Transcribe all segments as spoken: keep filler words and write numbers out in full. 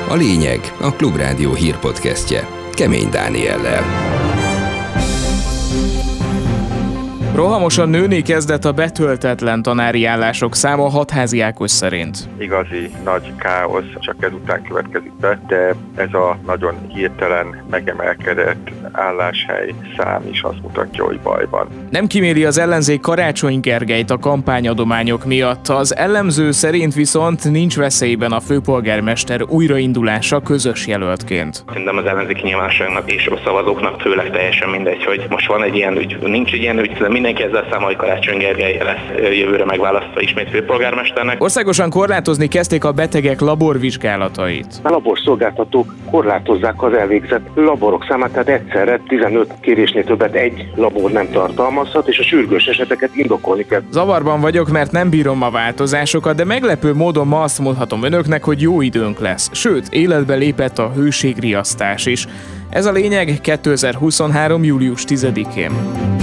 A lényeg a Klubrádió hírpodcastje Kemény Dániellel. Rohamosan nőni kezdett a betöltetlen tanári állások száma Hatházi Ákos szerint. Igazi nagy káosz csak ezután következik be, de ez a nagyon hirtelen megemelkedett álláshely szám is azt mutatja, hogy baj van. Nem kíméli az ellenzék Karácsony Gergelyt a kampányadományok miatt. Az elemző szerint viszont nincs veszélyben a főpolgármester újraindulása közös jelöltként. Szerintem az ellenzéki nyilvánosságnak és a szavazóknak főleg teljesen mindegy, hogy most van egy ilyen ügy, nincs egy ilyen ügy, de mindenki ezzel számol, hogy Karácsony Gergely lesz jövőre megválasztva ismét főpolgármesternek. Országosan korlátozni kezdték a betegek laborvizsgálatait. A laborszolgáltatók korlátozzák az elvégzett laborok számát, tehát egyszerre tizenöt kérésnél többet egy labor nem tartalmazhat, és a sürgős eseteket indokolni kell. Zavarban vagyok, mert nem bírom a változásokat, de meglepő módon ma azt mondhatom önöknek, hogy jó időnk lesz. Sőt, életbe lépett a hőségriasztás is. Ez a lényeg kétezer-huszonhárom. július tizedikén.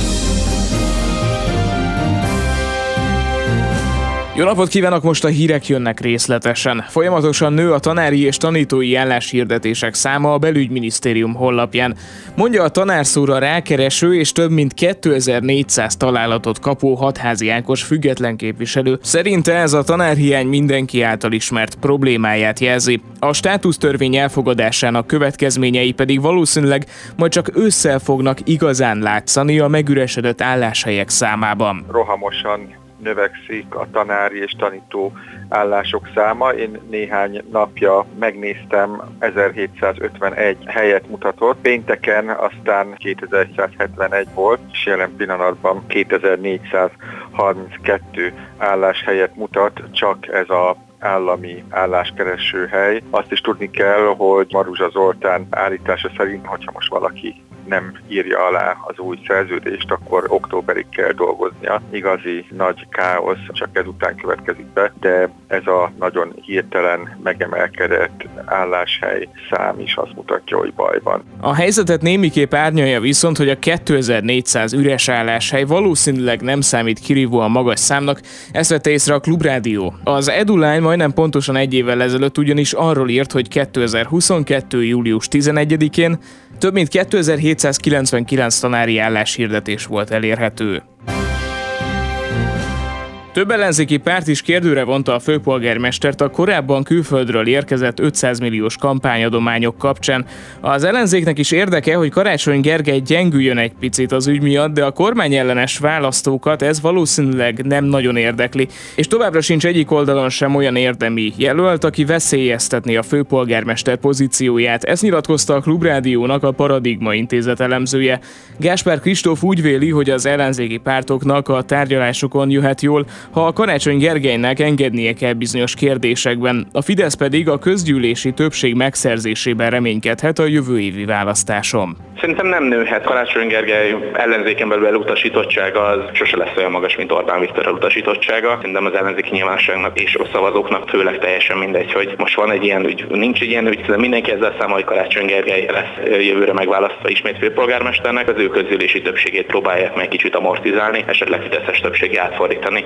Jó napot kívánok, most a hírek jönnek részletesen. Folyamatosan nő a tanári és tanítói álláshirdetések száma a Belügyminisztérium honlapján. Mondja a tanárszóra rákereső és több mint kétezer-négyszáz találatot kapó Hatházi Ákos független képviselő. Szerinte ez a tanárhiány mindenki által ismert problémáját jelzi. A státusztörvény elfogadásának következményei pedig valószínűleg majd csak ősszel fognak igazán látszani a megüresedett álláshelyek számában. Rohamosan növekszik a tanári és tanító állások száma. Én néhány napja megnéztem, ezerhétszázötvenegy helyet mutatott. Pénteken aztán kétezer-hétszázhetvenegy volt, és jelen pillanatban kétezer-négyszázharminckettő álláshelyet mutat csak ez a állami álláskereső hely. Azt is tudni kell, hogy Maruzsa Zoltán állítása szerint, hogyha most valaki nem írja alá az új szerződést, akkor októberig kell dolgoznia. Igazi nagy káosz csak ezután következik be, de ez a nagyon hirtelen megemelkedett álláshely szám is azt mutatja, hogy baj van. A helyzetet némiképp árnyalja viszont, hogy a kétezer-négyszáz üres álláshely valószínűleg nem számít kirívóan magas számnak, ezt vette észre a Klubrádió. Az Eduline majdnem pontosan egy évvel ezelőtt ugyanis arról írt, hogy kétezer-huszonkettő. július tizenegyedikén több mint kétezer-hétszázkilencvenkilenc tanári álláshirdetés volt elérhető. Több ellenzéki párt is kérdőre vonta a főpolgármestert a korábban külföldről érkezett ötszáz milliós kampányadományok kapcsán. Az ellenzéknek is érdeke, hogy Karácsony Gergely gyengüljön egy picit az ügy miatt, de a kormányellenes választókat ez valószínűleg nem nagyon érdekli, és továbbra sincs egyik oldalon sem olyan érdemi jelölt, aki veszélyeztetné a főpolgármester pozícióját. Ezt nyilatkozta a Klubrádiónak a Paradigma Intézet elemzője. Gáspár Kristóf úgy véli, hogy az ellenzéki pártoknak a tárgyalásokon jöhet jól, ha a Karácsony Gergelynek engednie kell bizonyos kérdésekben, a Fidesz pedig a közgyűlési többség megszerzésében reménykedhet a jövő évi választáson. Szerintem nem nőhet. Karácsony Gergely ellenzéken belül elutasítottsága az sose lesz olyan magas, mint Orbán Viktor elutasítottsága. Szerintem az ellenzéki nyilvánosságnak és a szavazóknak főleg teljesen mindegy, hogy most van egy ilyen ügy, nincs egy ilyen ügy, de mindenki ezzel számol, hogy Karácsony Gergely lesz jövőre megválasztva ismét főpolgármesternek. Az ő közgyűlési többségét próbálják meg kicsit amortizálni, esetleg fideszes többségét átfordítani.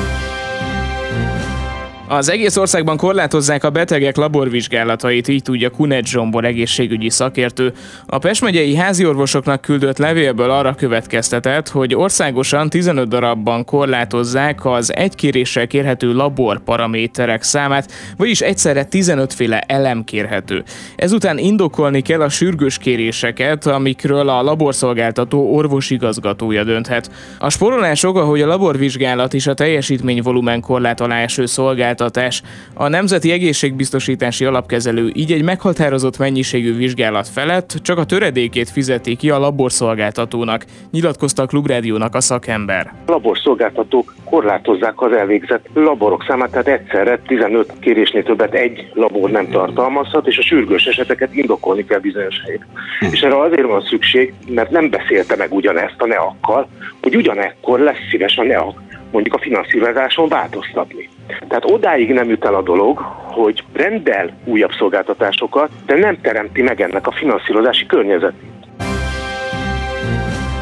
Az egész országban korlátozzák a betegek laborvizsgálatait, így tudja Kunec Zsombor egészségügyi szakértő. A Pest megyei háziorvosoknak küldött levélből arra következtetett, hogy országosan tizenöt darabban korlátozzák az egy kéréssel kérhető laborparaméterek számát, vagyis egyszerre tizenöt féle elem kérhető. Ezután indokolni kell a sürgős kéréseket, amikről a laborszolgáltató orvosigazgatója dönthet. A spórolások, ahogy a laborvizsgálat is a teljesítményvolumen korlát alá eső szolgáltatás, a Nemzeti Egészségbiztosítási Alapkezelő így egy meghatározott mennyiségű vizsgálat felett csak a töredékét fizeti ki a laborszolgáltatónak, nyilatkozta a Klubrádiónak a szakember. A laborszolgáltatók korlátozzák az elvégzett laborok számát, tehát egyszerre tizenöt kérésnél többet egy labor nem tartalmazhat, és a sürgős eseteket indokolni kell bizonyos helyek. Hm. És erre azért van szükség, mert nem beszélte meg ugyanezt a NEAK-kal, hogy ugyanekkor lesz szíves a NEAK mondjuk a finanszírozáson változtatni. Tehát odáig nem jut el a dolog, hogy rendel újabb szolgáltatásokat, de nem teremti meg ennek a finanszírozási környezetét.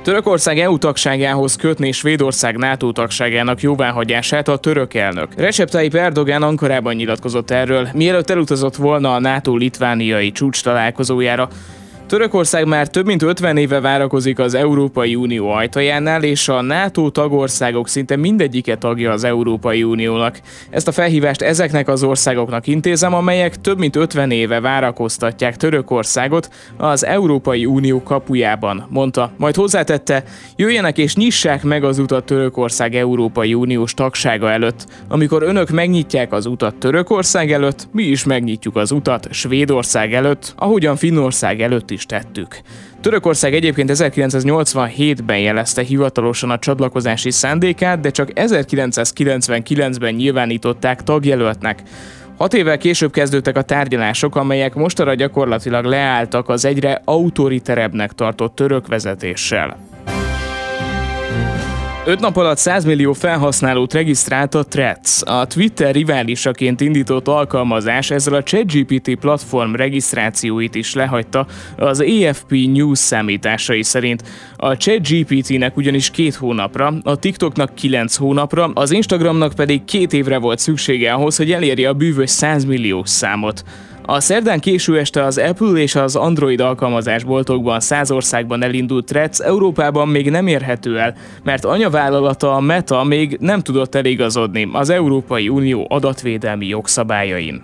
Törökország é u tagságához kötné Svédország NATO tagságának jóváhagyását a török elnök. Recep Tayyip Erdogan Ankarában nyilatkozott erről, mielőtt elutazott volna a NATO litvániai csúcs találkozójára. Törökország már több mint ötven éve várakozik az Európai Unió ajtajánál, és a NATO tagországok szinte mindegyike tagja az Európai Uniónak. Ezt a felhívást ezeknek az országoknak intézem, amelyek több mint ötven éve várakoztatják Törökországot az Európai Unió kapujában, mondta. Majd hozzátette, jöjjenek és nyissák meg az utat Törökország Európai Uniós tagsága előtt. Amikor önök megnyitják az utat Törökország előtt, mi is megnyitjuk az utat Svédország előtt, ahogyan Finnország előtt is tettük. Törökország egyébként ezerkilencszáznyolcvanhétben jelezte hivatalosan a csatlakozási szándékát, de csak ezerkilencszázkilencvenkilencben nyilvánították tagjelöltnek. Hat évvel később kezdődtek a tárgyalások, amelyek mostanra gyakorlatilag leálltak az egyre autoriterebbnek tartott török vezetéssel. Öt nap alatt száz millió felhasználót regisztrált a Threads. A Twitter riválisaként indított alkalmazás ezzel a ChatGPT platform regisztrációit is lehagyta az á ef pé News számításai szerint. A ChatGPT-nek ugyanis két hónapra, a TikToknak kilenc hónapra, az Instagramnak pedig két évre volt szüksége ahhoz, hogy elérje a bűvös száz milliós számot. A szerdán késő este az Apple és az Android alkalmazásboltokban száz országban elindult Threads Európában még nem érhető el, mert anyavállalata a Meta még nem tudott eligazodni az Európai Unió adatvédelmi jogszabályain.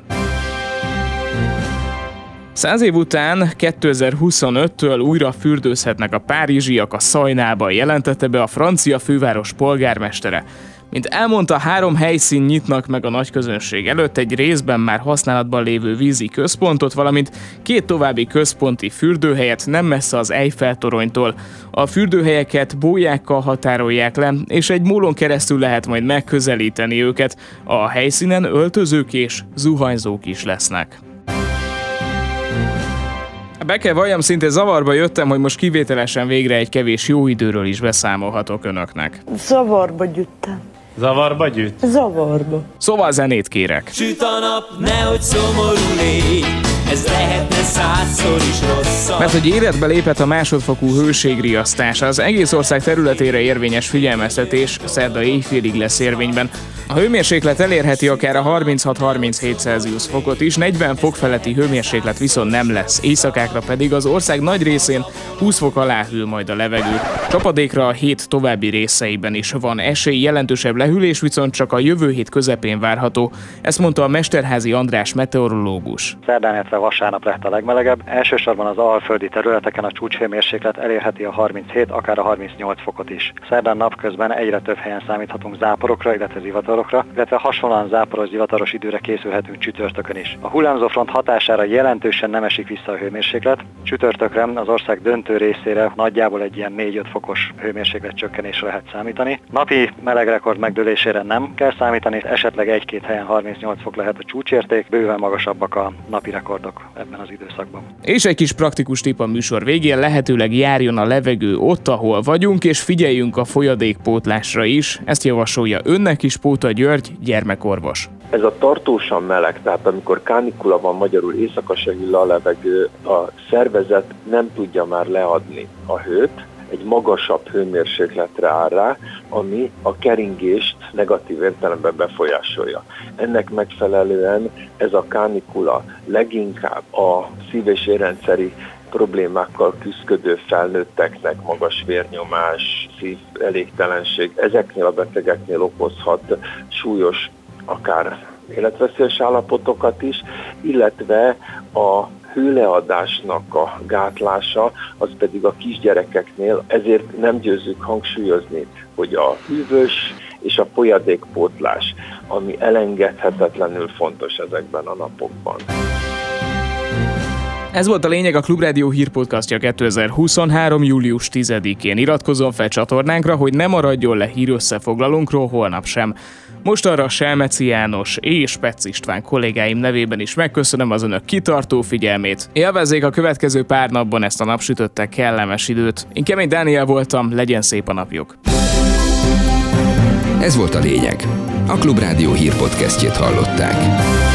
Száz év után kétezer-huszonöttől újra fürdőzhetnek a párizsiak a Szajnában, jelentette be a francia főváros polgármestere. Mint elmondta, három helyszín nyitnak meg a nagyközönség előtt, egy részben már használatban lévő vízi központot, valamint két további központi fürdőhelyet nem messze az Eiffel-toronytól. A fürdőhelyeket bójákkal határolják le, és egy mólon keresztül lehet majd megközelíteni őket. A helyszínen öltözők és zuhanyzók is lesznek. Be kell valljam, szinte zavarba jöttem, hogy most kivételesen végre egy kevés jó időről is beszámolhatok önöknek. Zavarba jöttem. Zavarba gyűjt? Zavarba. Szóval zenét kérek. Süt a nap, nehogy szomorú légy, ez lehetne százszor is rosszabb. Mert hogy életbe lépett a másodfokú hőségriasztás, az egész ország területére érvényes figyelmeztetés szerda éjfélig lesz érvényben. A hőmérséklet elérheti akár a harminchat-harminchét Celsius fokot is, negyven fok feletti hőmérséklet viszont nem lesz, éjszakákra pedig az ország nagy részén húsz fok alá hűl majd a levegő. Csapadékra a hét további részeiben is van esély, jelentősebb lehűlés viszont csak a jövő hét közepén várható. Ezt mondta a Mesterházy András meteorológus. Szerdán, illetve vasárnap lehet a legmelegebb. Elsősorban az alföldi területeken a csúcshőmérséklet elérheti a harminchét, akár a harmincnyolc fokot is. Szerdán napközben egyre több helyen számíthatunk záporokra, illetve zivatarokra, illetve hasonlóan záporos zivataros időre készülhetünk csütörtökön is. A hullámzó front hatására jelentősen nem esik vissza a hőmérséklet. Csütörtökre az ország döntő részére nagyjából egy ilyen négy-öt fokos hőmérséklet csökkenésre lehet számítani. Napi melegrekord megdőlésére nem kell számítani, esetleg egy-két helyen harmincnyolc fok lehet a csúcsérték, bőven magasabbak a napi rekordok ebben az időszakban. És egy kis praktikus tipp a műsor végén, lehetőleg járjon a levegő ott, ahol vagyunk, és figyeljünk a folyadékpótlásra is. Ezt javasolja önnek is Póta György, gyermekorvos. Ez a tartósan meleg, tehát amikor kánikula van, magyarul éjszaka se hűl a levegő, a szervezet nem tudja már leadni a hőt, egy magasabb hőmérsékletre áll rá, ami a keringést negatív értelemben befolyásolja. Ennek megfelelően ez a kánikula leginkább a szív- és érrendszeri problémákkal küzdködő felnőtteknek, magas vérnyomás, szívelégtelenség, ezeknél a betegeknél okozhat súlyos, akár életveszélyes állapotokat is, illetve a hőleadásnak a gátlása, az pedig a kisgyerekeknél, ezért nem győzzük hangsúlyozni, hogy a hűvös és a folyadékpótlás, ami elengedhetetlenül fontos ezekben a napokban. Ez volt a lényeg, a Klubrádió hírpodcastja kétezer-huszonhárom. július tizedikén. Iratkozzon fel csatornánkra, hogy ne maradjon le hírösszefoglalónkról holnap sem. Most arra Selmeci János és Petsz István kollégáim nevében is megköszönöm az önök kitartó figyelmét. Élvezzék a következő pár napban ezt a napsütöttek kellemes időt. Én Kemény Dániel voltam, legyen szép a napjuk. Ez volt a lényeg. A Klubrádió hírpodcastjét hallották.